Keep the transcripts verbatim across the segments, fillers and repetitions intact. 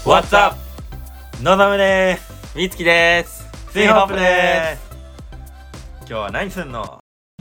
What's up? のぞむです。 みつきです。 スイホップです。今日は何すんの？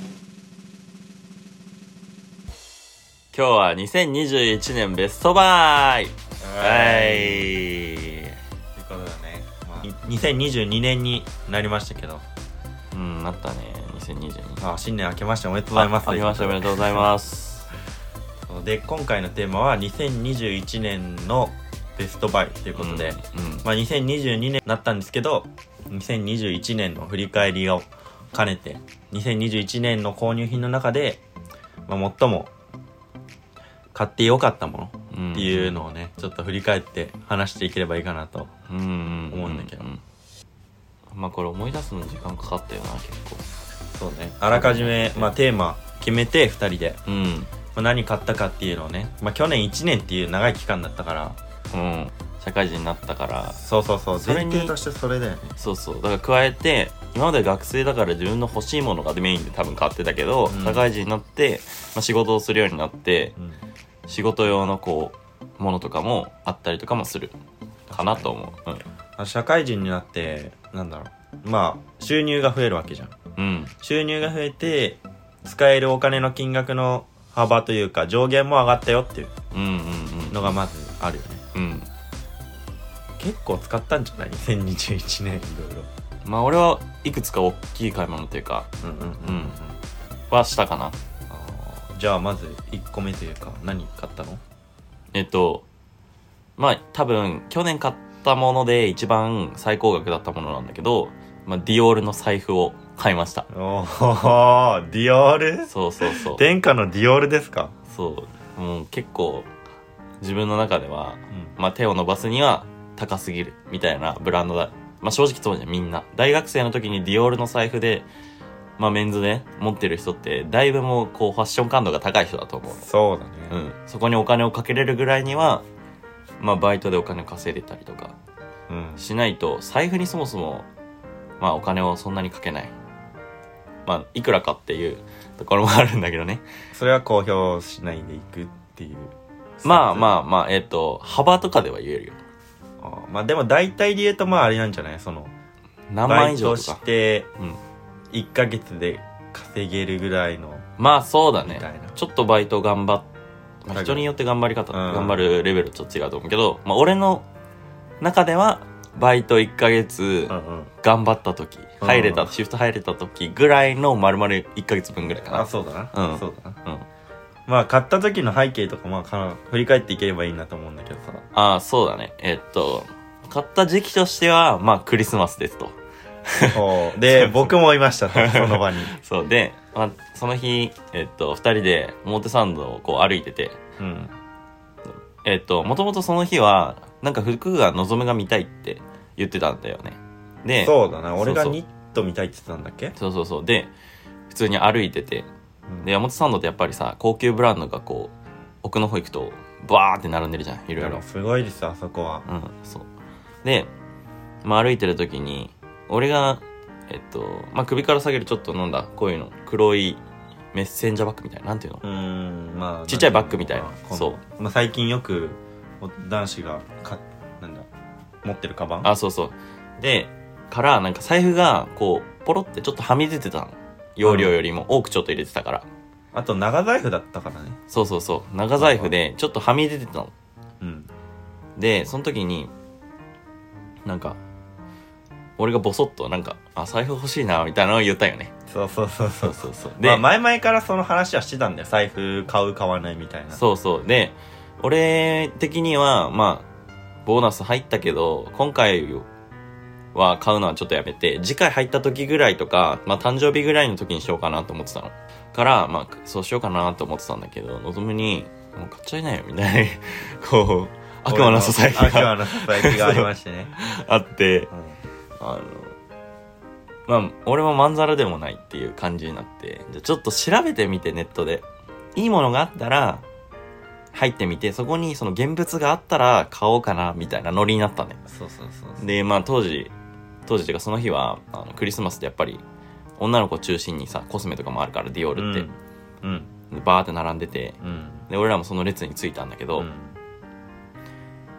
今日はにせんにじゅういちねんベストバイ。 はい。ということだね、まあ、にせんにじゅうにねんになりましたけど。 うん、なったね。にせんにじゅうに。 あ、新年明けましておめでとうございます。 あ、明けましておめでとうございます。 で、今回のテーマはにせんにじゅういちねんのベストバイということで、 うんうん、 まあにせんにじゅうにねんになったんですけど、にせんにじゅういちねんの振り返りを兼ねて、にせんにじゅういちねんの購入品の中で、まあ、最も買ってよかったものっていうのをね、ちょっと振り返って話していければいいかなと思うんだけど、 うんうんうん、まあこれ思い出すのに時間かかったよな、結構。 そうね、あらかじめ、まあ、テーマ決めてふたりで、 うんまあ、何買ったかっていうのをね、まあ、去年いちねんっていう長い期間だったから、 うん、社会人になったから、 そうそうそう、 それに前提としてそれだよね。 そうそう、だから加えて今まで学生だから自分の欲しいものがメインで多分買ってたけど、うん、社会人になって、まあ、仕事をするようになって、うん、仕事用のこうものとかもあったりとかもするかなと思う、 うん、社会人になってなんだろう、まあ収入が増えるわけじゃん、 うん、 収入が増えて使えるお金の金額の幅というか上限も上がったよっていうのがまずあるよね、 うんうんうん、 結構使ったんじゃない？にせんにじゅういちねんいろいろ。 まあ俺はいくつか大きい買い物というか、うんうんうんうん、はしたかな。 あ、じゃあまずいっこめというか何買ったの？ えっとまあ多分去年買ったもので一番最高額だったものなんだけど、まあ、ディオールの財布を買いました。 おー、ディオール？ そうそうそう、 天下のディオールですか？ そう、もう結構自分の中では、うん、まあ手を伸ばすには高すぎるみたいなブランドだ。まあ正直そうじゃん、みんな大学生の時にディオールの財布でまあメンズで持ってる人ってだいぶもうこうファッション感度が高い人だと思う。 そうだね、 うん、そこにお金をかけれるぐらいにはまあバイトでお金を稼いでたりとかしないと、財布にそもそもまあお金をそんなにかけない、まあいくらかっていうところもあるんだけどね。 それは公表しないでいくっていう。 まあまあまあ、えっと幅とかでは言えるよ。 あ、まあでも大体で言うとまああれなんじゃない、その何万以上とかバイトしていっかげつで稼げるぐらいの、うん、 まあそうだね、ちょっとバイト頑張っ、まあ、人によって頑張り方、 うん、 頑張るレベルちょっと違うと思うけど、まあ俺の中ではバイトいっかげつ頑張った時、うんうん、入れたシフト入れた時ぐらいの丸々いっかげつぶんぐらいかな。 あ、そうだな、うん、そうだな、うん、 まあ買った時の背景とかまあか振り返っていければいいなと思うんだけどさ。 ああ、そうだね、えー、っと買った時期としてはまあクリスマスですとで僕もいましたと、その場にそうで、まあ、その日えー、っとふたりで表参道をこう歩いてて、うん、えー、っともともとその日はなんか服が望むが見たいって言ってたんだよね。で、 そうだな、俺がニット見たいって言ってたんだっけ。 そうそうそう、で普通に歩いてて、うん、で表参道ってやっぱりさ高級ブランドがこう奥の方行くとバーって並んでるじゃん、いろいろ。 すごいですあそこは。 うん、そうで、まあ、歩いてる時に俺がえっとまあ首から下げるちょっとなんだこういうの黒いメッセンジャーバッグみたいな、なんていうの、うーん、まあちっちゃいバッグみたいな、そう、 まあ、最近よく男子がかなんだ持ってるカバン、 あ、そうそう、でからなんか財布がこうポロってちょっとはみ出てたの、容量よりも多くちょっと入れてたから、 あと長財布だったからね。 そうそうそう、長財布でちょっとはみ出てたの、うん、でその時になんか俺がボソッとなんかあ財布欲しいなみたいなのを言ったよね。 そうそうそうそうそうそう、 で、まあ、前々からその話はしてたんだよ、財布買う買わないみたいな。 そうそうで俺的にはまあボーナス入ったけど今回は買うのはちょっとやめて次回入った時ぐらいとか、まあ誕生日ぐらいの時にしようかなと思ってたのからまあそうしようかなと思ってたんだけど、のぞむにもう買っちゃいなよみたいなこう悪魔のささやきが悪魔のささやきがありましてねあって、うん、あのまあ俺もまんざらでもないっていう感じになって、じゃちょっと調べてみてネットでいいものがあったら入ってみて、そこにその現物があったら買おうかなみたいなノリになったね。 そうそうそうそう。 でまあ当時当時っていうかその日はあのクリスマスってやっぱり女の子中心にさコスメとかもあるからディオールって、うんうん、バーって並んでて、うん、で俺らもその列に着いたんだけど、うん、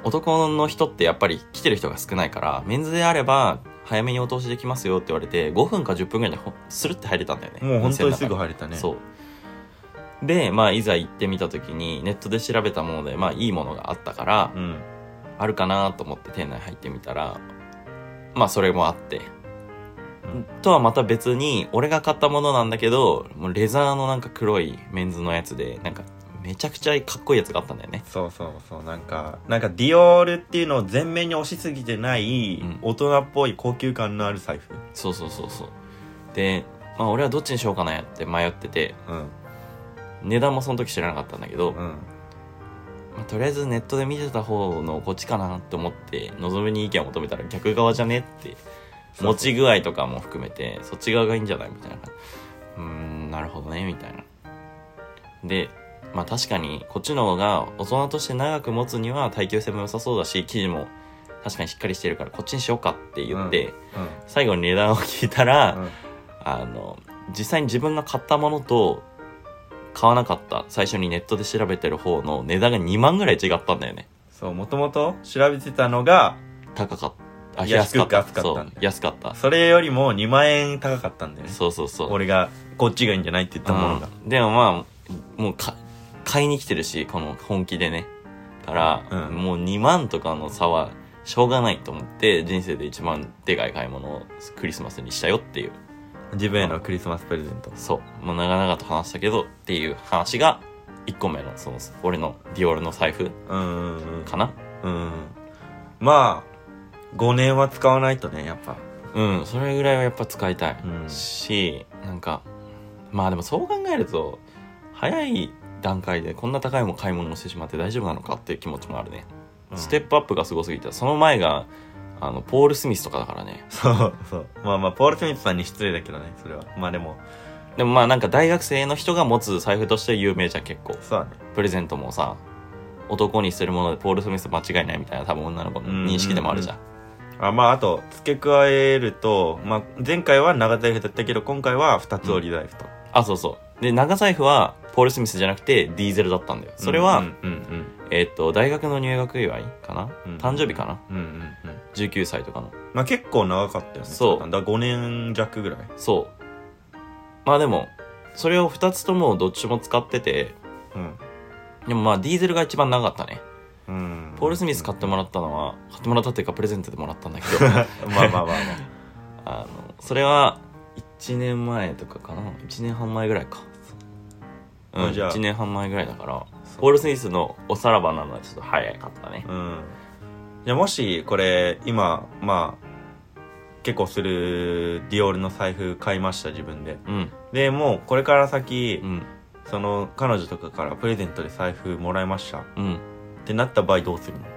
男の人ってやっぱり来てる人が少ないから、メンズであれば早めにお通しできますよって言われて、ごふんかじゅっぷんぐらいでスルッて入れたんだよね。 もう本当にすぐ入れたね。 そうで、まあいざ行ってみた時にネットで調べたもので、まあいいものがあったから、うん、あるかなと思って店内入ってみたら、まあそれもあって、うん、とはまた別に俺が買ったものなんだけど、もうレザーのなんか黒いメンズのやつで、なんかめちゃくちゃかっこいいやつがあったんだよね。 そうそうそう、なんかなんかディオールっていうのを前面に押しすぎてない、うん、大人っぽい高級感のある財布。 そうそうそうそう。で、まあ俺はどっちにしようかなって迷ってて、うん、値段もその時知らなかったんだけど、うん、まあ、とりあえずネットで見てた方のこっちかなって思ってのぞみに意見を求めたら、逆側じゃねって持ち具合とかも含めてそっち側がいいんじゃないみたいな。うーん、なるほどねみたいな。で、まあ確かにこっちの方が大人として長く持つには耐久性も良さそうだし、生地も確かにしっかりしてるからこっちにしようかって言って、うんうん、最後に値段を聞いたら、うん、あの実際に自分が買ったものと買わなかった最初にネットで調べてる方の値段がにまんぐらい違ったんだよね。 そう、もともと調べてたのが高かった。あ、 安かった。安かったんだよ。 安かった。 それよりもにまんえん高かったんだよね。 そうそうそう。 俺がこっちがいいんじゃないって言ったものが。 うん、でもまあもうか買いに来てるし、この本気でね。から、うん、もうにまんとかの差はしょうがないと思って、人生で一番でかい買い物をクリスマスにしたよっていう。 自分へのクリスマスプレゼント。 そう。もう長々と話したけどっていう話がいっこめのその俺のディオールの財布かな。 うん、うん、まあごねんは使わないとね、やっぱ。 うん、それぐらいはやっぱ使いたい、うん、し、なんかまあでもそう考えると早い段階でこんな高いも買い物をしてしまって大丈夫なのかっていう気持ちもあるね、うん、ステップアップがすごすぎて、その前があのポール・スミスとかだからね。 そうそう、まあまあポール・スミスさんに失礼だけどね、それは。まあでもでもまあなんか大学生の人が持つ財布として有名じゃん、結構。 そうだね。 プレゼントもさ、男にするものでポール・スミス間違いないみたいな多分女の子の認識でもあるじゃん。うんうんうん、 あ、まああと付け加えると、まあ前回は長財布だったけど今回は二つ折り財布と、うん、 あ、そうそう。で長財布はポール・スミスじゃなくてディーゼルだったんだよ。それは、うんうんうんうん、えー、っと大学の入学祝いかな、うんうん、誕生日かな、うんうんうん、じゅうきゅうさいとかの。 まあ結構長かったよね。 そう。 だごねん弱ぐらい。 そう。まあでもそれをふたつともどっちも使ってて、うん、でもまあディーゼルが一番長かったね。うん、ポール・スミス買ってもらったのは、買ってもらったっていうかプレゼントでもらったんだけどまあまあまあまああのそれはいちねんまえとかかな、いちねんはん前ぐらいか。うん、じゃあいちねんはん前ぐらいだから、ポール・スミスのおさらばなのはちょっと早かったね。うん。 じゃあもしこれ今まあ結構するディオールの財布買いました、自分で、うん、でもうこれから先、うん、その彼女とかからプレゼントで財布もらいました、うん、ってなった場合どうするの？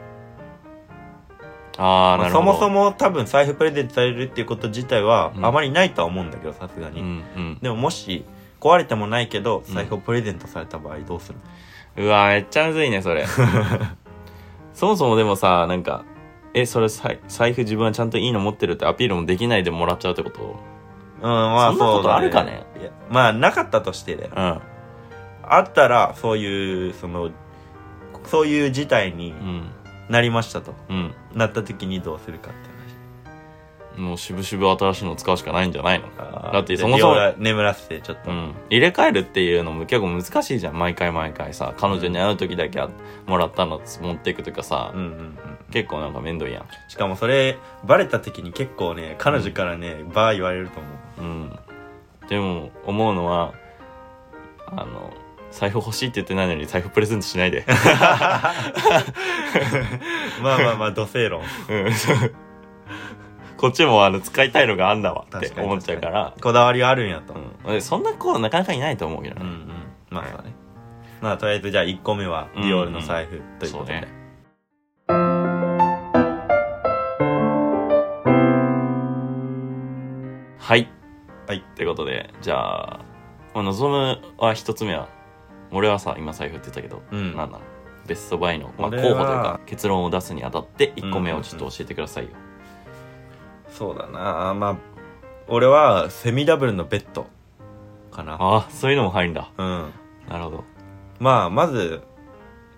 あー、なるほど。 そもそも多分財布プレゼントされるっていうこと自体はあまりないとは思うんだけど、さすがに、うんうん、でももし壊れてもないけど財布をプレゼントされた場合どうするの？うわー、めっちゃむずいねそれそもそもでもさ、なんかえ、それ財布自分はちゃんといいの持ってるってアピールもできないでもらっちゃうってこと？ うん、まあそうだね。そんなことあるかね？ いや、まあなかったとしてだよ、うん、あったらそういうそのそういう事態になりましたと、うん、なった時にどうするかって話。もう渋々新しいの使うしかないんじゃないの？だってそもそも眠らせてちょっと、うん、 入れ替えるっていうのも結構難しいじゃん。毎回毎回さ、彼女に会う時だけもらったの持っていくとかさ、うんうんうん、結構なんかめんどいやん。 しかもそれバレた時に結構ね、彼女からね、うん、バー言われると思う。うん。 でも思うのは、あの財布欲しいって言ってないのに財布プレゼントしないでまあまあまあ土星論、うんこっちもあの使いたいのがあんだわって思っちゃうから、 こだわりがあるんやと、 うん、そんな子なかなかいないと思うけどね、うんうん、 まあそうね。まあとりあえずじゃあいっこめはディオールの財布ということで、うんうん、 はい、はい、ってことでじゃあ、まあ、望むは一つ目は、俺はさ今財布って言ったけど、うん、なんなのベストバイの、まあ、候補というか結論を出すにあたっていっこめをちょっと教えてくださいよ。うんうんうん、 そうだな、まあ俺はセミダブルのベッドかな。 ああ、そういうのも入るんだ。うん、なるほど。 まあまず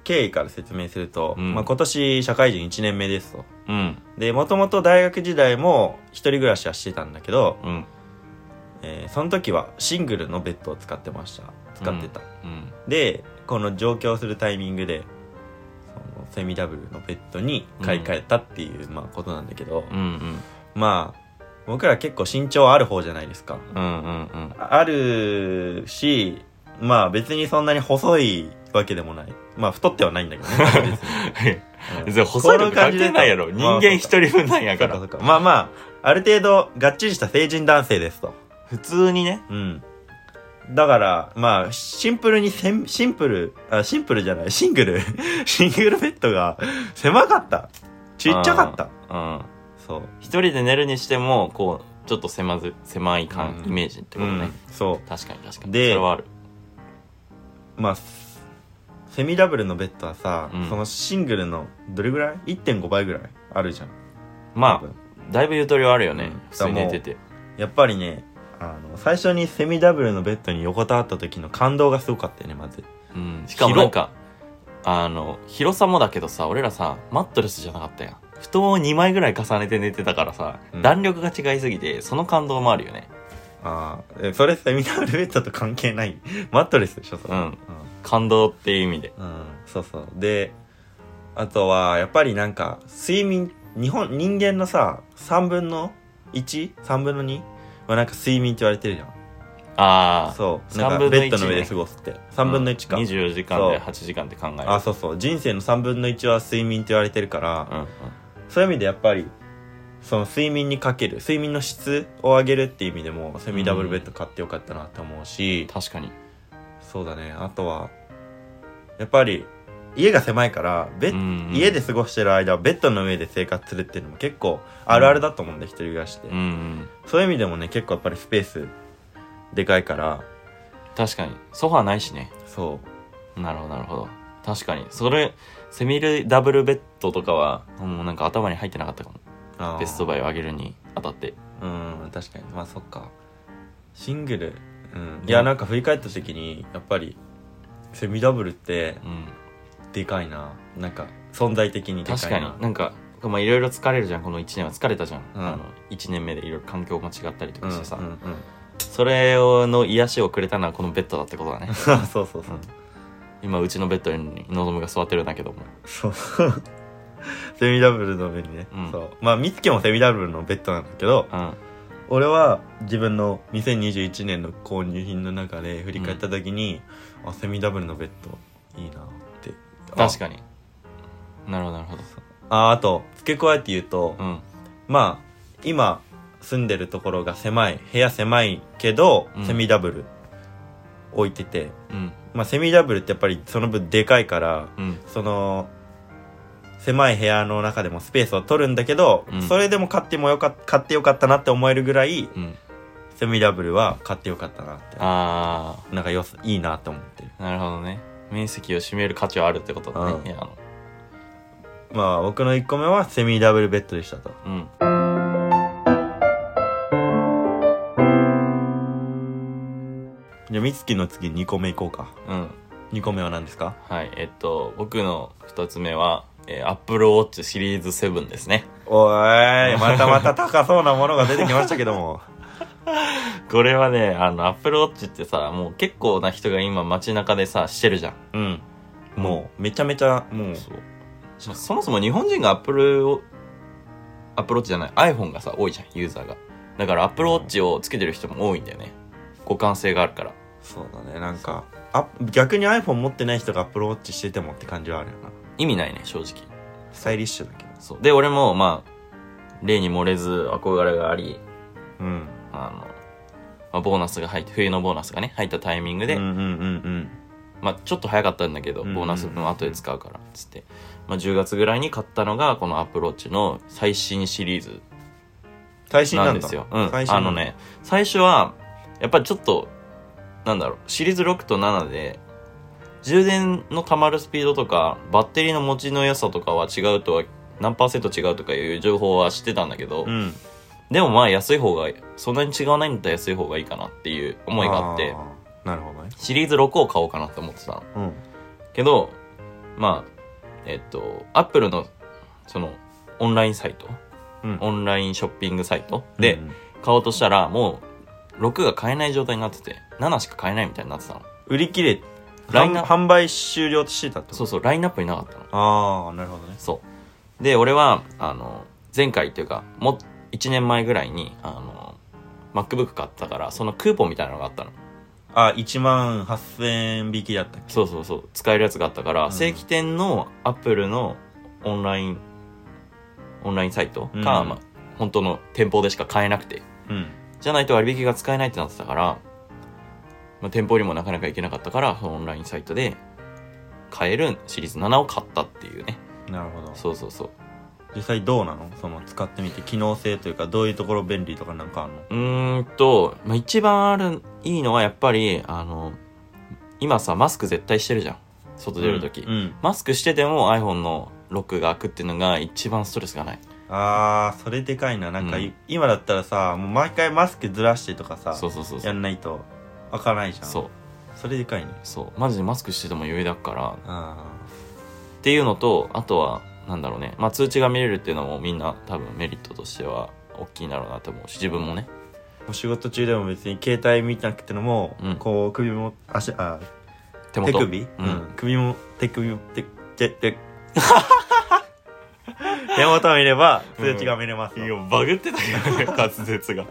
経緯から説明すると、 うんまあ、今年社会人いちねんめですと。 うんでもともと大学時代も一人暮らしはしてたんだけど、 うんえーその時はシングルのベッドを使ってました使ってた、 うんでこの上京するタイミングでそのセミダブルのベッドに買い替えたっていう、まあ、ことなんだけど、 うんうんまあ僕ら結構身長ある方じゃないですか。 うんうんうんあるし、まあ別にそんなに細いわけでもない。まあ太ってはないんだけどね。別にうん別に細いの関係ないやろ。人間一人分なんやか。 そうからそうかまあまあ、ある程度がっちりした成人男性ですと。 普通にね。 うん。だから、まあ、シンプルにせん、シンプル、あ、シンプルじゃない、シングル、シングルベッドが狭かった。ちっちゃかった。 うん。 そう。 一人で寝るにしても、こう、ちょっと狭ず、狭い感、 うんイメージってことね。 うんそ確かに確かに。 でそれはある。 う。まあ、セミダブルのベッドはさ、 うんそのシングルのどれぐらい ?いってんご 倍ぐらいあるじゃん。 ま多分あ、だいぶゆとりはあるよね。 うん普通に寝てて。 やっぱりね、あの、最初にセミダブルのベッドに横たわった時の感動がすごかったよね、まず。 うん。しかもなんか、あの、広さもだけどさ、俺らさ、マットレスじゃなかったやん。布団をにまいぐらい重ねて寝てたからさ、 うん弾力が違いすぎて、その感動もあるよね。 ああ、えそれセミダブルベッドと関係ない。マットレスでしょ、それ。 うん感動っていう意味で。 うん、そうそう。で、あとは、やっぱりなんか、睡眠、日本、人間のさ、さんぶんの いち?さんぶんのに? はなんか睡眠って言われてるじゃん。 ああ。 そう。なんさんぶんのいちねかベッドの上で過ごすって。さんぶんのいちか。 うん、にじゅうよじかんそうではちじかんって考える。 あ、そうそう。人生のさんぶんのいちは睡眠って言われてるから、 うんうん。 そういう意味でやっぱり、その睡眠にかける、睡眠の質を上げるっていう意味でも、セミダブルベッド買ってよかったなって思うし、 確かに。 そうだね。あとは、やっぱり、家が狭いからベッ、 うんうん家で過ごしてる間はベッドの上で生活するっていうのも結構あるあるだと思うんで、一人暮らしで、 うんうん。 そういう意味でもね、結構やっぱりスペースでかいから、 確かに。ソファーないしね。 そなるほどなるほど。確かに。それ、セミルダブルベッドとかは、もうなんか頭に入ってなかったかも。 うあーベストバイを上げるにあたって。 うん確かに、まあそっか、シングル、うん、 んいやなんか振り返った時にやっぱりセミダブルってうん。 でかいな、なんか存在的にでかいな。 確かに。なんか、まあいろいろ疲れるじゃん。このいちねんは疲れたじゃん。 うんあの、いちねんめでいろいろ環境も違ったりとうんかしてさ。 うんうんそれをの癒しをくれたのはこのベッドだってことだね。 そうそうそう、 うん今うちのベッドにのぞむが座ってるんだけども。 そうセミダブルの上にね、 うんそうまあみつきもセミダブルのベッドなんだけど、 うん。 俺は自分のにせんにじゅういちねんの購入品の中で振り返った時に、あセミダブルのベッドいいなって確かに。なるほどなるほど。 ああと付け加えて言うと、 うん。 まあ今住んでるところが狭い部屋狭いけど、 うんセミダブル置いてて、 うん。 まあセミダブルってやっぱりその分でかいから、 うん。 その狭い部屋の中でもスペースを取るんだけど、 うんそれでも買ってもよかっ買ってよかったなって思えるぐらい、 うん。 セミダブルは買ってよかったなってあなんかよすいいなって思ってる。 ー、なるほどね。面積を占める価値はあるってことだね。 うん部屋の。 まあ僕のいっこめはセミダブルベッドでしたと。 うん。 じゃあみつきの次にこめいこうか。 うん。 にこめは何ですか？ はい。えっと、僕の二つ目は、えー、Apple Watch シリーズセブンですね。 おーいまたまた高そうなものが出てきましたけどもこれはね、あの、Apple Watch ってさ、もう結構な人が今街中でさ、してるじゃん。 うんもうめちゃめちゃもうそう。そもそも日本人が Apple を、Apple Watch じゃない、iPhone がさ、多いじゃん、ユーザーが。だから Apple Watch をつけてる人も多いんだよね。互換性があるから。 そうだね、なんかあ逆に iPhone 持ってない人が Apple Watch しててもって感じはあるよな。 意味ないね、正直。 スタイリッシュだけど。 そう。で、俺も、まあ、例に漏れず憧れがあり、 うんあの、まあ、ボーナスが入って、冬のボーナスがね、入ったタイミングで、 うんうんうんうんまあ、ちょっと早かったんだけど、 うんうんボーナス分後で使うから、つって。まあ、じゅうがつぐらいに買ったのが、この Apple Watch の最新シリーズ最新なんだ。 なんですよ。うん。 最新あのね、最初は、やっぱりちょっと、なんだろう、シリーズろくとななで、充電の溜まるスピードとか、バッテリーの持ちの良さとかは違うとは、何パーセント違うとかいう情報は知ってたんだけど、 うんでもまあ安い方が、そんなに違わないんだったら安い方がいいかなっていう思いがあって、 あーなるほどね。 シリーズろくを買おうかなって思ってたの。 うんけど、 まあえっとアップルのそのオンラインサイト、 うん、 オンラインショッピングサイトで、 うん、 買おうとしたらもうろくが買えない状態になっててななしか買えないみたいになってたの。 売り切れラインナ販売終了してたってこと？ そうそう、ラインナップになかったの。 ああ、なるほどね。 そうで俺はあの前回っていうかもいちねんまえぐらいにあの MacBook 買ったからそのクーポンみたいなのがあったの。 あ、いちまんはっせんえん引きだったっけ？ そうそうそう、使えるやつがあったから、うん、正規店のアップルのオンラインオンラインサイトか、うん、まあ、本当の店舗でしか買えなくて、うん、じゃないと割引が使えないってなってたから、まあ、店舗にもなかなか行けなかったからそのオンラインサイトで買えるシリーズななを買ったっていうね。 なるほど。 そうそうそう。 実際どうなの？その使ってみて機能性というかどういうところ便利とかなんかあるの？ うーんと、まあ、一番あるいいのはやっぱりあの今さマスク絶対してるじゃん外出るとき、うんうん、マスクしてても iPhone のロックが開くっていうのが一番ストレスがない。 あー、それでかいな。なんか、うん、今だったらさもう毎回マスクずらしてとかさ、そうそうそうそう、やんないと開かないじゃん。そう、それでかいね。 そうマジでマスクしてても余裕だから。あっていうのと、あとはなんだろうね、まあ通知が見れるっていうのもみんな多分メリットとしては大きいんだろうなと思うし、自分もねお仕事中でも別に携帯見なくてのも、うん、こう首も足あ手元手首、うんうん、首も手首も手手手手元を見れば通知が見れます、うん、 いやバグってたけどね滑舌が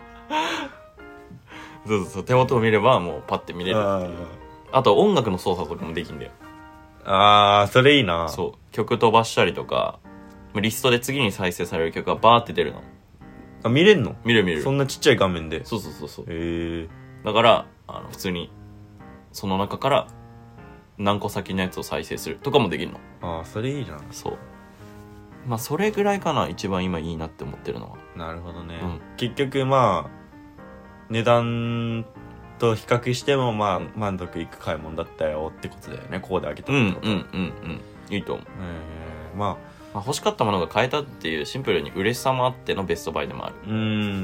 そうそうそう、手元を見ればもうパッて見れるっていう。 あ, あと音楽の操作とかもできるんだよ。 あー、それいいな。 そう、曲飛ばしたりとかリストで次に再生される曲がバーって出るの。 あ、見れんの？ 見る見る。 そんなちっちゃい画面で。 そうそうそうそう。 へえ。 だからあの普通にその中から何個先のやつを再生するとかもできるの。 ああ、それいいな。 そう、まあそれぐらいかな、一番今いいなって思ってるのは。 なるほどね、うん、結局まあ値段と比較してもまあ、うん、満足いく買い物だったよってことだよね。ここであげたってこと。 うんうんうんうん、いいと思う。 えー、まあ、 まあ欲しかったものが買えたっていうシンプルに嬉しさもあってのベストバイでもある。 うん、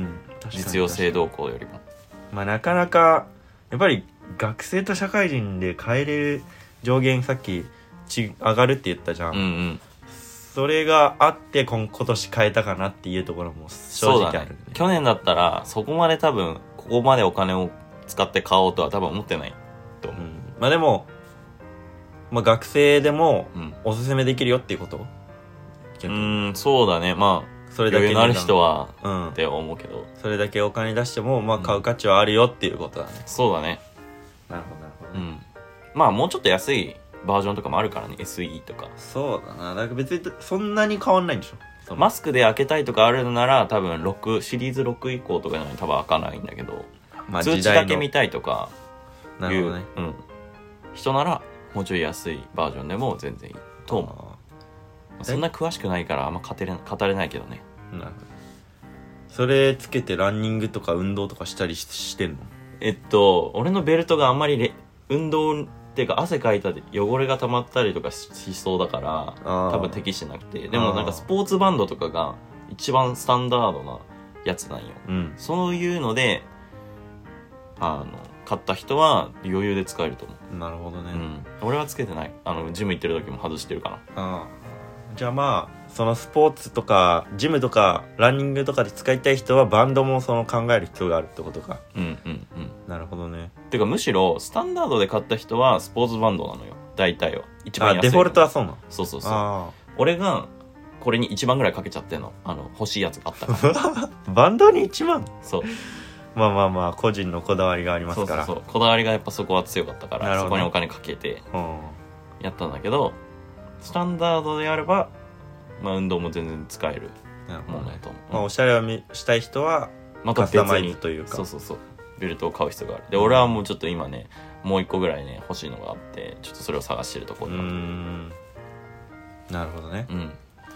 実用性動向よりも。 まあなかなかやっぱり学生と社会人で買えれる上限さっきち上がるって言ったじゃん、 うんうん、 それがあって今年買えたかなっていうところも正直ある、ね、 ね、去年だったらそこまで多分ここまでお金を使って買おうとは多分思ってないと思う、うん、 まあでも、まあ、学生でもおすすめできるよっていうこと、 うん、うんそうだね。まあそれだけ余裕のある人は、うん、って思うけど、 それだけお金出してもまあ買う価値はあるよっていうことだね、 うん、そうだね。 なるほどなるほど、ね、 うん、まあもうちょっと安いバージョンとかもあるからね、 エスイー とか。 そうだな。なんか別にそんなに変わんないんでしょ。 マスクで開けたいとかあるのなら多分ろくシリーズろく以降とかなのに多分開かないんだけど、まあ、通知だけ見たいとかいう、なるほどね、うん、人ならもうちょい安いバージョンでも全然いいと思う。まあ、そんな詳しくないからあんま語れ、語れないけどね。 なるほど。それつけてランニングとか運動とかしたり し, してんの？ えっと俺のベルトがあんまりレ運動っていうか汗かいたで汚れが溜まったりとか し, しそうだから多分適してなくて、でもなんかスポーツバンドとかが一番スタンダードなやつなんよ、うん、そういうのであの買った人は余裕で使えると思う。なるほどね、 うん、俺はつけてない。あのジム行ってる時も外してるかな。 あじゃあまあそのスポーツとかジムとかランニングとかで使いたい人はバンドもその考える必要があるってことか。 うんうんうん。 なるほどね。 てかむしろスタンダードで買った人はスポーツバンドなのよ大体は。一番安い。 あデフォルトはそうなの。 そうそうそう。俺がこれにいちまんぐらいかけちゃってんの。あの欲しいやつがあったからバンドにいちまん。 そうまあまあまあ個人のこだわりがありますから。 そうそうそう、こだわりがやっぱそこは強かったから、そこにお金かけてやったんだけど、スタンダードであればまあ運動も全然使えるものだと思う、 まあ、おしゃれをしたい人はまたカスタマイズというか、 そうそうそう、ベルトを買う必要がある。で、俺はもうちょっと今ねもう一個ぐらいね欲しいのがあって、ちょっとそれを探してるところだ。うーん、なるほどね。 うん。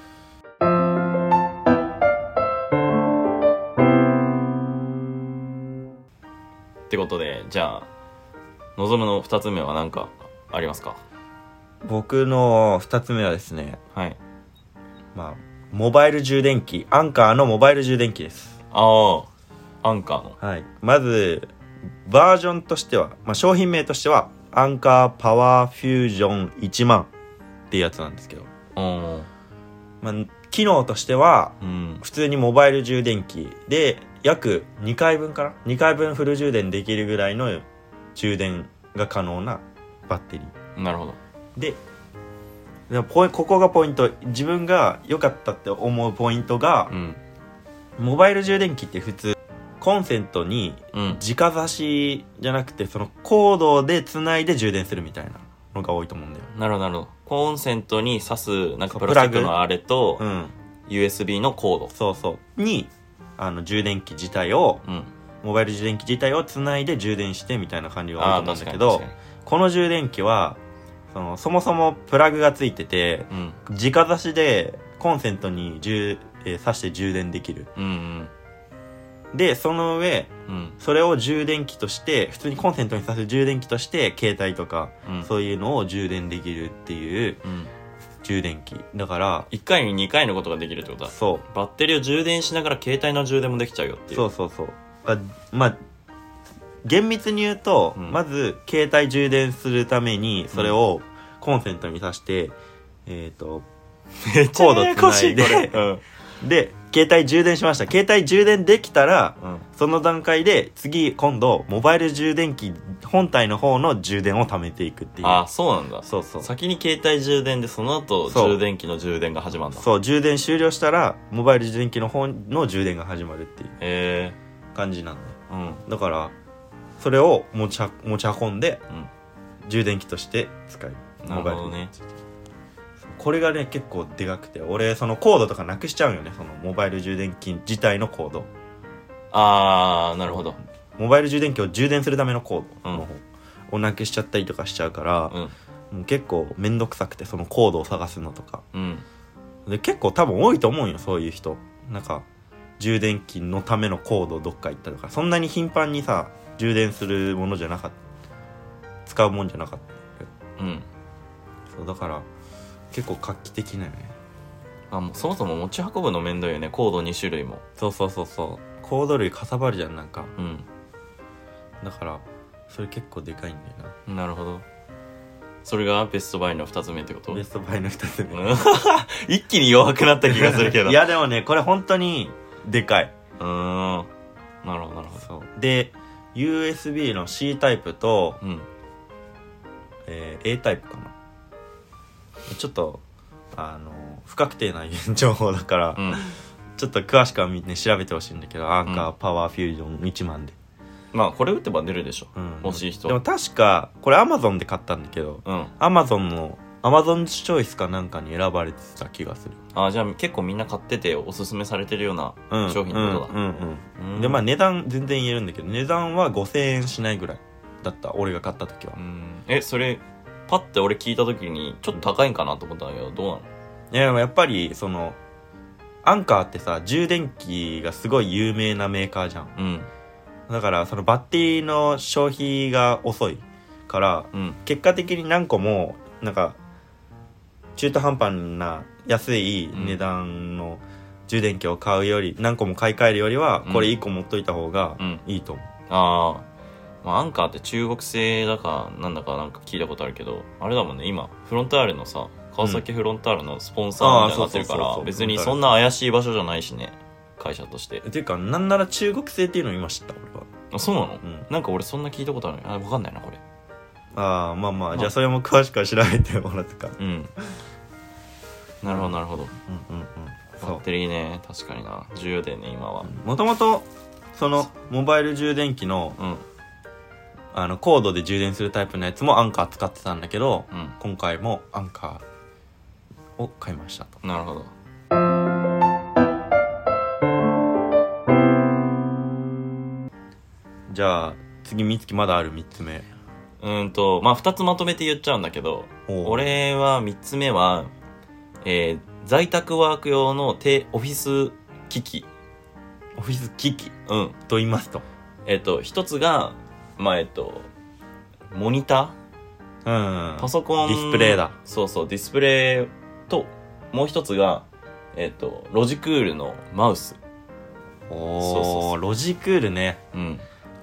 ってことで、じゃあ望むのふたつめは何かありますか？ 僕のふたつめはですね、 はい、 まあモバイル充電器、アンカーのモバイル充電器です。 ああ、アンカーの。 はい。まずバージョンとしては、まあ、商品名としてはアンカーパワーフュージョンいちまんっていうやつなんですけど、 おまあ、機能としてはうん普通にモバイル充電器で約にかいぶんかなにかいぶんフル充電できるぐらいの充電が可能なバッテリーなるほどで、でもポイここがポイント。自分が良かったって思うポイントが、 うんモバイル充電器って普通コンセントにうん直差しじゃなくてそのコードでつないで充電するみたいなのが多いと思うんだよ。 なるほどなるほどコンセントに挿すなんかそうプラスチックのあれと、 うん、 ユーエスビー のコードそうそうにあの充電器自体をうんモバイル充電器自体をつないで充電してみたいな感じが多いああと思うんだけど、 確かに確かこの充電器はそのそもそもプラグがついててにうん直差しでコンセントに充、えー挿して充電できる。 うんうんでその上うんそれを充電器として普通にコンセントに挿す充電器として携帯とか、 うんそういうのを充電できるっていううん充電器だからいっかいににかいのことができるってことだそバッテリーを充電しながら携帯の充電もできちゃうよっていうそうそうそうあまあ厳密に言うと、 うんまず携帯充電するためにそれをコンセントに挿して、えっ、とめっちゃコードややこしいつないでこれうんで携帯充電しました。携帯充電できたらうんその段階で次今度モバイル充電器本体の方の充電を貯めていくっていう。 ああそうなんだそうそう先に携帯充電でその後そう充電器の充電が始まるんだそう充電終了したらモバイル充電器の方の充電が始まるっていうへ感じなんだよ。 えうんだからそれを持ちは持ち運んでうん充電器として使える。 なるほどねこれがね結構でかくて俺そのコードとかなくしちゃうよね。そのモバイル充電器自体のコードああなるほどモバイル充電器を充電するためのコードの方をなくしちゃったりとかしちゃうから、 うんもう結構めんどくさくてそのコードを探すのとかうんで結構多分多いと思うよそういう人。なんか充電器のためのコードどっか行ったとかそんなに頻繁にさ充電するものじゃなかった使うもんじゃなかったうんそうだから結構画期的なよね。 あもうそもそも持ち運ぶの面倒よねコードに種類もそうそうそうそうコード類かさばるじゃんなんかうんだからそれ結構でかいんだよな。 なるほどそれがベストバイのふたつめってことベストバイのふたつめうん一気に弱くなった気がするけどいやでもねこれ本当にでかい。 うーんなるほどなるほどそうで ユーエスビー の C タイプと、 うんえー A タイプかな。ちょっとあの不確定な情報だから、 うんちょっと詳しくはみんな調べてほしいんだけどアンカーパワーフュージョンいちまんで、 まあこれ打てば出るでしょ、 うん欲しい人でも確かこれ Amazon で買ったんだけどうん Amazon の Amazon チョイスかなんかに選ばれてた気がする。 あじゃあ結構みんな買ってておすすめされてるようなうん商品ってことだ、 うんうんうんうんでまあ値段全然言えるんだけど値段はごせんえんしないぐらいだった俺が買った時は。 うんえそれパッて俺聞いた時にちょっと高いんかなと思ったんだけどどうなのいやでもやっぱりそのアンカーってさ充電器がすごい有名なメーカーじゃん。 うんだからそのバッテリーの消費が遅いからうん結果的に何個もなんか中途半端な安い値段の充電器を買うより何個も買い替えるよりはうんこれいっこ持っといた方がうんいいと思う。 あー、まあアンカーって中国製だかなんだかなんか聞いたことあるけどあれだもんね今フロンターレのさ川崎フロンターレのスポンサーみたいになってるかあーそうそうそうそうら別にそんな怪しい場所じゃないしね会社としてっていうかなんなら中国製っていうのを今知った俺は。 あそうなの、 うんなんか俺そんな聞いたことあるあ分かんないなこれああまあまあ、 まあじゃあそれも詳しくは調べてもらってか。 うんなるほどなるほどうんうんうんそうバッテリーね確かにな重要だよね今はもともとそのモバイル充電器のうんあのコードで充電するタイプのやつもアンカー使ってたんだけどうん今回もアンカーを買いましたと。 なるほどじゃあ次みつきまだあるみっつめ。 うーんとまあふたつまとめて言っちゃうんだけどおう俺はみっつめはえー、在宅ワーク用の低オフィス機器オフィス機器うんと言いますとえっ、と一つがまあえっ、とモニタうんーパソコンディスプレイだ。 そうそうディスプレイともう一つがえっ、とロジクールのマウスおそうそうそおロジクールねうん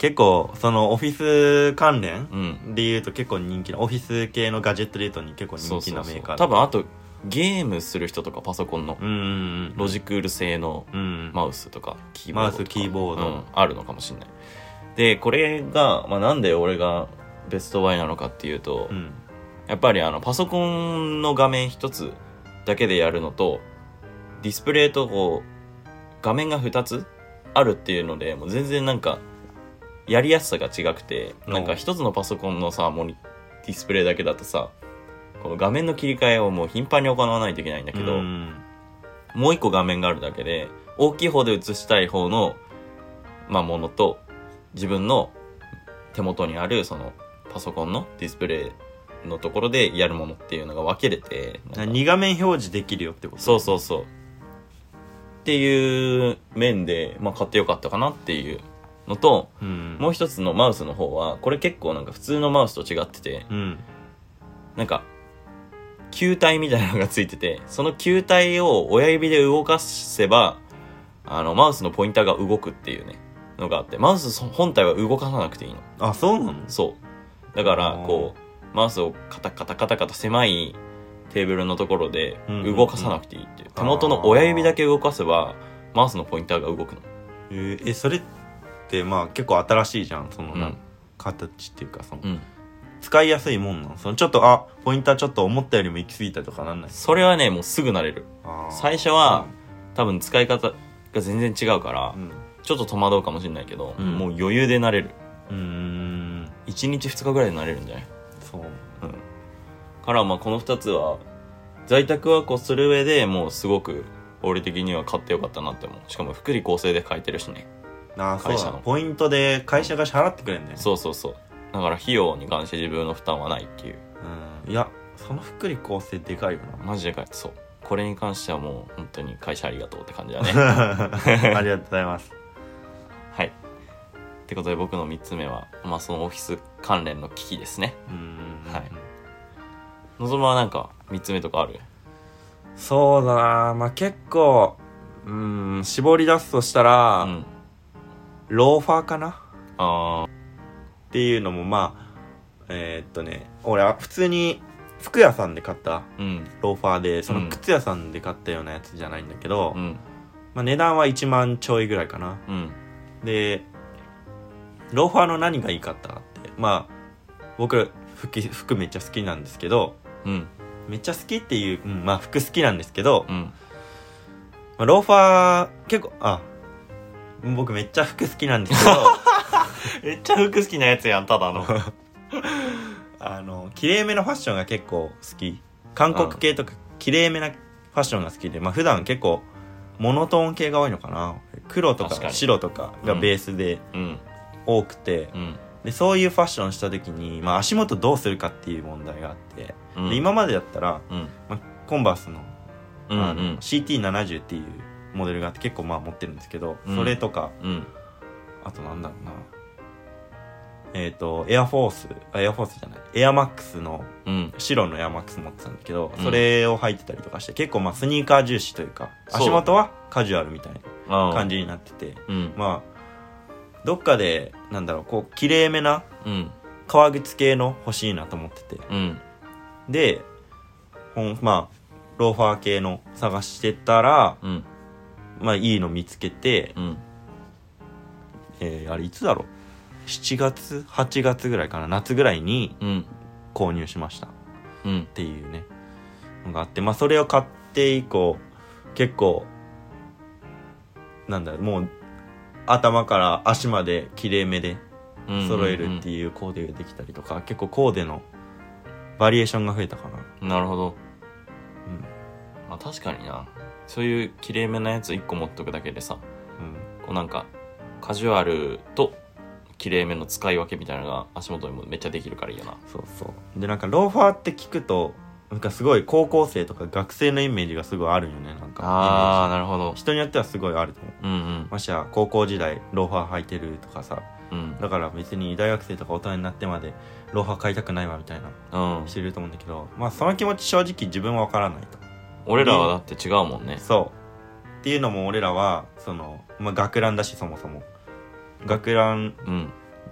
結構そのオフィス関連うんで言うと結構人気なオフィス系のガジェットで言うと結構人気なメーカー多分あとゲームする人とかパソコンのうんうんうんロジクール製のうんマウスとかキーボードとかマウスキーボードうんあるのかもしれない。でこれが、まあ、なんで俺がベストバイなのかっていうと、 うんやっぱりあのパソコンの画面一つだけでやるのとディスプレイとこう画面がふたつあるっていうのでもう全然なんかやりやすさが違くて、なんか一つのパソコンのさモニディスプレイだけだとさこの画面の切り替えをもう頻繁に行わないといけないんだけど、 うんもう一個画面があるだけで大きい方で映したい方の、まあ、ものと自分の手元にあるそのパソコンのディスプレイのところでやるものっていうのが分けれてに画面表示できるよってこと。 そうそうそうっていう面で、まあ、買ってよかったかなっていうのと、 うんもう一つのマウスの方はこれ結構なんか普通のマウスと違っててうんなんか球体みたいなのがついててその球体を親指で動かせばあのマウスのポインターが動くっていうねのがあってマウス本体は動かさなくていいの。 あそうなの。 そうだからこうマウスをカタカタカタカタ狭いテーブルのところで動かさなくていいっていう、手元の親指だけ動かせばマウスのポインターが動くの。 えー、えそれってまあ結構新しいじゃんその、 うんなん形っていうかその、 うん使いやすいもんなの。そのちょっとあポインターちょっと思ったよりも行き過ぎたとかなんない。 それはねもうすぐ慣れる。 あー最初は、多分使い方が全然違うから、 うんちょっと戸惑うかもしれないけど、 うんもう余裕で慣れる。 うーんいちにちふつかぐらいで慣れるんじゃない？ そううんからまあこのふたつは在宅ワークをする上でもうすごく俺的には買ってよかったなって思う。しかも福利厚生で書いてるしね。 あそう会社のだポイントで会社が支払ってくれるんだよね。 そうそうそうだから費用に関して自分の負担はないっていう。 うんいやその福利厚生でかいよな。 マジでかい。そうこれに関してはもう本当に会社ありがとうって感じだねありがとうございます。 はいってことで僕のみっつめは、まあ、そのオフィス関連の機器ですね。 うんはいのぞむはなんかみっつめとかある？ そうだなまあ結構うん絞り出すとしたら、 うんローファーかなあっていうのもまあえー、っとね俺は普通に服屋さんで買ったーうんローファーでそうんの靴屋さんで買ったようなやつじゃないんだけど、 うんまあ、値段はいちまんちょいぐらいかな。 うんでローファーの何がいいかってまあ僕服服めっちゃ好きなんですけどうんめっちゃ好きっていう、うん、まあ服好きなんですけど、 うんまあ、ローファー結構あ僕めっちゃ服好きなんですけどめっちゃ服好きなやつやんただのあの綺麗めのファッションが結構好き。韓国系とか綺麗めなファッションが好きで、まあ普段結構モノトーン系が多いのかな。黒とか確かに白とかがベースでうん多くて、 うんでそういうファッションした時に、まあ、足元どうするかっていう問題があって、 うんで今までだったら、 うんまあ、コンバースの,、 うんあの シーティーななじゅう っていうモデルがあって結構まあ持ってるんですけど、 うんそれとかうんあとなんだろうなえっ、とエアフォースあエアフォースじゃないエアマックスのうん白のエアマックス持ってたんだけど、 うんそれを履いてたりとかして結構まあスニーカー重視というかそう足元はカジュアルみたいなあ感じになってて、 うんまあどっかでなんだろうこう綺麗めなうん革靴系の欲しいなと思ってて、 うんでほんまあローファー系の探してたらうんまあいいの見つけて、 うんえー、あれいつだろうしちがつはちがつぐらいかな夏ぐらいにうん購入しましたっうんていうねのがあって、まあそれを買って以降結構なんだろうもう頭から足まで綺麗めで揃えるっていうコーデができたりとか、結構コーデのバリエーションが増えたかな。 なるほど、 うんまあ、確かになそういう綺麗めなやついっこ持っとくだけでさうんこうなんかカジュアルと綺麗めの使い分けみたいなのが足元にもめっちゃできるからいいよな。 そうそうでなんかローファーって聞くとなんかすごい高校生とか学生のイメージがすごいあるよね。なんかああイメーなるほどジ人によってはすごいあると思う。 うんうんましてや高校時代ローファー履いてるとかさ、 うんだから別に大学生とか大人になってまでローファー買いたくないわみたいなうんしてると思うんだけど、まあその気持ち正直自分は分からないと。 俺らはだって違うもんね。 そうっていうのも俺らはその、まあ、学ランだしそもそも学ランうん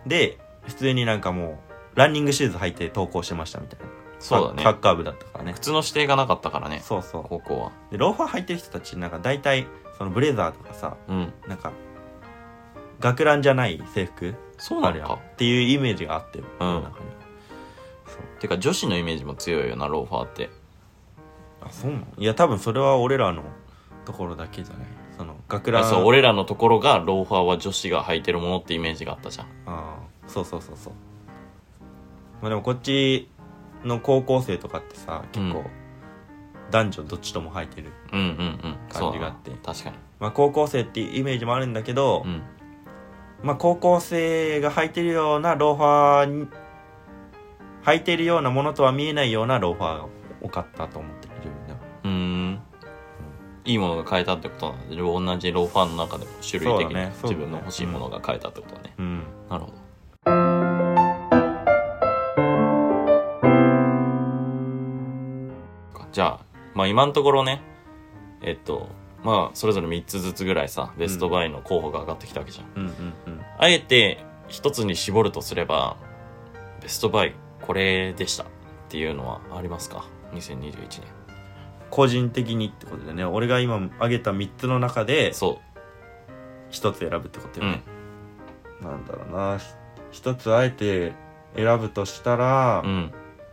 で普通になんかもうランニングシューズ履いて登校してましたみたいな。 そうだね。 サッカー部だったからね。 靴の指定がなかったからね。 そうそう。 高校は。 でローファー履いてる人たちなんか大体そのブレザーとかさ、 うん。 なんか学ランじゃない制服あるやんそうなのかっていうイメージがあってる。 うん世の中に。そうてか女子のイメージも強いよな、ローファーって。 あ、そうなの？いや多分それは俺らのところだけじゃない。その学ラン。 そう、俺らのところがローファーは女子が履いてるものってイメージがあったじゃん。 ああ、そうそうそうそう。まあでもこっちの高校生とかってさ、結構、 うん男女どっちとも履いてるうんうんうん感じがあって、 確かに。 まあ高校生っていうイメージもあるんだけど、 うんまあ高校生が履いてるようなローファーに履いてるようなものとは見えないようなローファーが多かったと思ってる自分では。 うーんいいものが買えたってことなんで、同じローファーの中でも種類的にそうだねそうだね自分の欲しいものが買えたってことね。 うん。 なるほど。じゃあ、まあ今のところね、えっと、まあそれぞれみっつずつぐらいさ、ベストバイの候補が上がってきたわけじゃん。 うんうんうん。 あえて一つに絞るとすれば、ベストバイこれでしたっていうのはありますか？にせんにじゅういちねん。 個人的にってことでね、俺が今挙げたみっつの中でそひとつ選ぶってことう。うよね。 ん。 なんだろうな、ひとつあえて選ぶとしたら、 うん。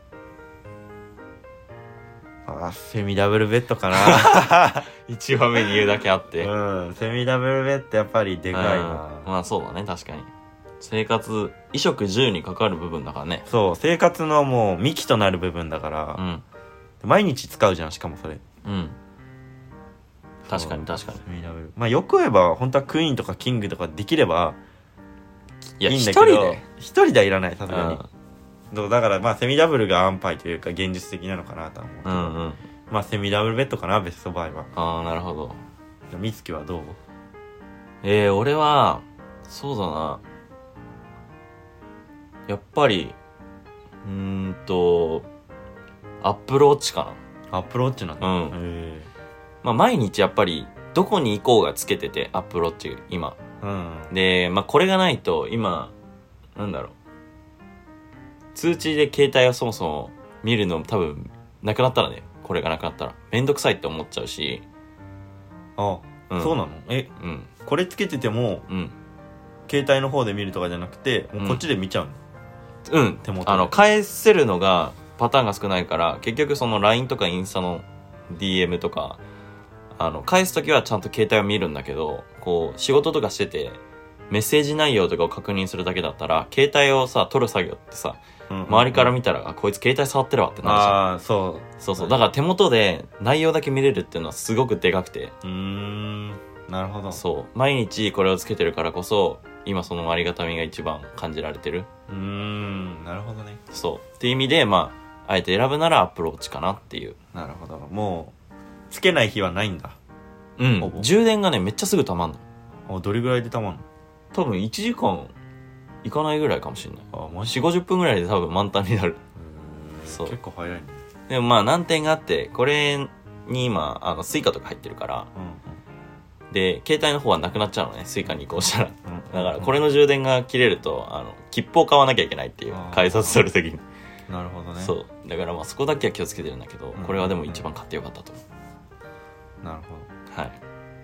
あ、セミダブルベッドかな。 一番目に言うだけあって。 うん、セミダブルベッドやっぱりでかいな。 うんまあそうだね、確かに。生活、衣食住に関わる部分だからね。 そう、生活のもう幹となる部分だから、 うん。 毎日使うじゃん、しかもそれ。 うん。確かに確かに。 セミダブル。まあよく言えば、本当はクイーンとかキングとかできればいや、 いいんだけど、 一人で。 一人ではいらない、さすがに。そうだからまあセミダブルが安牌というか現実的なのかなとは思うけど、 うんうん。 まあセミダブルベッドかな、ベストバイは。 ああ、なるほど。 じゃあ美月はどう？ えー、俺は、そうだな。やっぱり、うーんと、アップルウォッチかアップルウォッチなんだ。 うんへな。まあ毎日やっぱり、どこに行こうがつけてて、アップルウォッチ今。 え。うん。 で、まあこれがないと、今、なんだろう。通知で携帯をそもそも見るの多分、なくなったらね、これがなくなったら、めんどくさいって思っちゃうし、 あ、 うんそうなの？え、 うん、 これつけてても、 うん、 携帯の方で見るとかじゃなくて、もうこっちで見ちゃうの？ うん。 手元であの、返せるのが、パターンが少ないから、結局その ライン とかインスタの ディーエム とか、あの、返すときはちゃんと携帯を見るんだけど、こう、仕事とかしてて、メッセージ内容とかを確認するだけだったら、携帯をさ、取る作業ってさ、周りから見たら、あ、こいつ携帯触ってるわってなるじゃん。 ああ、そう。 そうそう。だから手元で内容だけ見れるっていうのはすごくでかくて。 うーん、なるほど。 そう。毎日これをつけてるからこそ、今そのありがたみが一番感じられてる。 うーん、なるほどね。 そう。っていう意味で、まあ、あえて選ぶならアップローチかなっていう。 なるほど。もう、つけない日はないんだ。 うんほぼ。 充電がね、めっちゃすぐ溜まんの。 お、どれぐらいでたまんの？ 多分いちじかんいかないぐらいかもしれない。 あ、マジ？ よんじゅう、ごじゅっぷんぐらいで多分満タンになる。そう結構早いね。 でもまあ難点があって、これに今、あの、スイカとか入ってるから、 うんで、携帯の方はなくなっちゃうのね、スイカに移行したら。 うん。うんだから、これの充電が切れると、あの、切符を買わなきゃいけないっていうあ、ー改札するときに。 なるほどね。 そう。だからまあそこだけは気をつけてるんだけど、 うんこれはでも一番買ってよかったと思う。 なるほはい。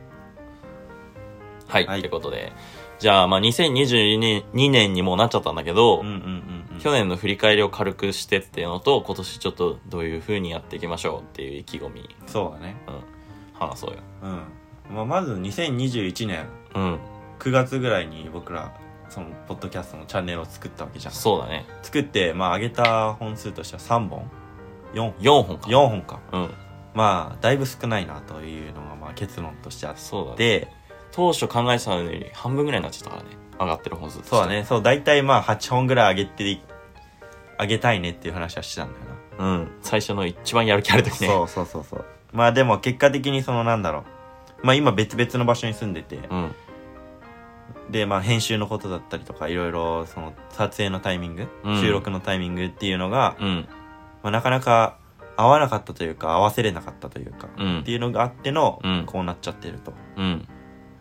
はい。 はいってことで。じゃあ、まあ、にせんにじゅうにねんにもうなっちゃったんだけど、 ど。うんうんうんうん。 去年の振り返りを軽くしてっていうのと、今年ちょっとどういう風にやっていきましょうっていう意気込み、 そうだね。 うん、話そうよ。 うん。まあ、まずにせんにじゅういちねんうん。 くがつぐらいに僕ら、その、ポッドキャストのチャンネルを作ったわけじゃん。 そうだね。 作って、まあ、上げた本数としてはさんぼん ?よん 本よんほんか。 よんほんか。 うん。 まあ、だいぶ少ないなというのが、まあ、結論としてあっそうだね。 て、 当初考えてたのより半分ぐらいになっちゃったからね。上がってる本数としてそうだね。そう、だいたいまあ、はっぽんぐらい上げて、上げたいねっていう話はしてたんだよな。 うん。最初の一番やる気ある時ね。 そうそうそうそう。まあでも結果的にそのなんだろう。まあ今別々の場所に住んでて、 うん。 でまあ編集のことだったりとかいろいろその撮影のタイミング、 うん収録のタイミングっていうのが、 うん。 まあ、なかなか合わなかったというか合わせれなかったというか、 うんっていうのがあっての、 うんこうなっちゃってると。 うん。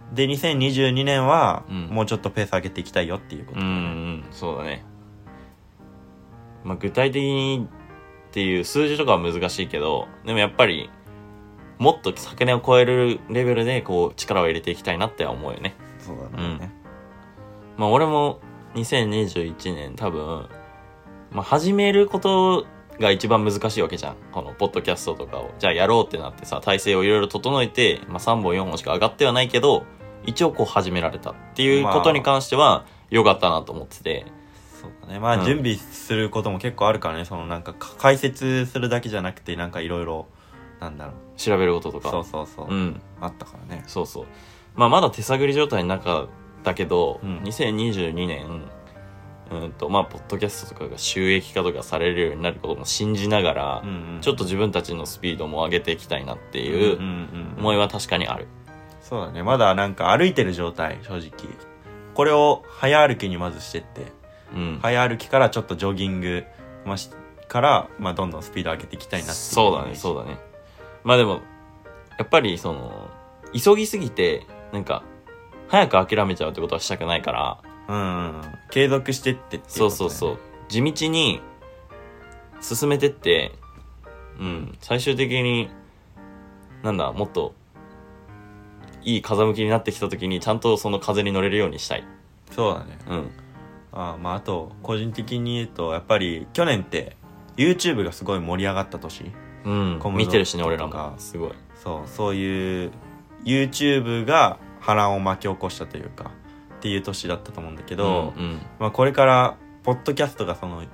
でにせんにじゅうにねんはうんもうちょっとペース上げていきたいよっていうこと、 うんうんそうだね。まあ具体的にっていう数字とかは難しいけど、でもやっぱりもっと昨年を超えるレベルでこう力を入れていきたいなって思うよね。 そうだね、 うん、まあ俺もにせんにじゅういちねん多分、まあ始めることが一番難しいわけじゃん。このポッドキャストとかをじゃあやろうってなってさ、体制をいろいろ整えて、まあさんぼんよんほんしか上がってはないけど、一応こう始められたっていうことに関しては良かったなと思ってて、 そうだね。まあ、うん、準備することも結構あるからね。そのなんか解説するだけじゃなくて、なんかいろいろなんだろう、 調べることとか、 そうそうそう、 うん、 あったからね。 そうそう。まあまだ手探り状態の中だけど、 うん、 にせんにじゅうにねんうんとまあポッドキャストとかが収益化とかされるようになることも信じながら、 うんうん、 ちょっと自分たちのスピードも上げていきたいなっていう思いは確かにある。 そうだね。まだなんか歩いてる状態、正直。これを早歩きにまずしてって、うん、早歩きからちょっとジョギング、まあ、しから、まあ、どんどんスピード上げていきたいなっていう。 そうだねそうだね。まあでもやっぱりその急ぎすぎてなんか早く諦めちゃうってことはしたくないから、 うんうんうん、継続してってっていうことだよね。 そうそうそう地道に進めてって、うん、最終的になんだもっといい風向きになってきた時にちゃんとその風に乗れるようにしたい。 そうだね。 うんあまああと個人的に言うとやっぱり去年って YouTube がすごい盛り上がった年、 うん、見てるしね俺らもすごい。 そうそういう YouTube が波乱を巻き起こしたというかっていう年だったと思うんだけど、 うんうんまあ、これからポッドキャストがその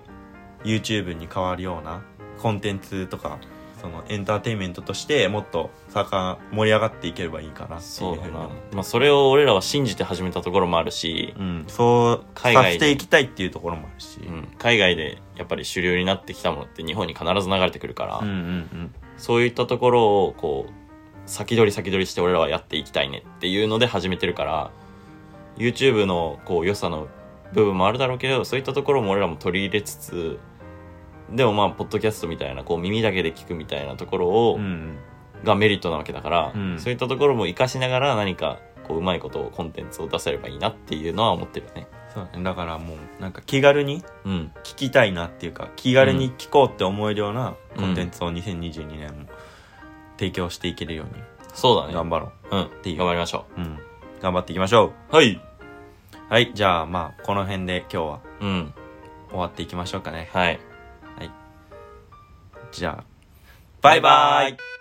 YouTube に変わるようなコンテンツとかそのエンターテインメントとしてもっと盛り上がっていければいいかなっていうふうに。 まあ、それを俺らは信じて始めたところもあるし、 うん、そう海外させていきたいっていうところもあるし、 うん、海外でやっぱり主流になってきたものって日本に必ず流れてくるから、 うんうんうん、 そういったところをこう先取り先取りして俺らはやっていきたいねっていうので始めてるから、 YouTube のこう良さの部分もあるだろうけど、そういったところも俺らも取り入れつつ、でもまあポッドキャストみたいなこう耳だけで聞くみたいなところを、うん、がメリットなわけだから、うん、そういったところも活かしながら何かこううまいことをコンテンツを出せればいいなっていうのは思ってるね。 そうね。だからもうなんか気軽に聞きたいなっていうか、うん、気軽に聞こうって思えるようなコンテンツをにせんにじゅうにねんも提供していけるように、 そうだね、 頑張ろう、 うん、っていう頑張りましょう、うん、頑張っていきましょう。はいはい、じゃあまあこの辺で今日は、 うん、 終わっていきましょうかね。 はい、 はい、じゃあバイバイ。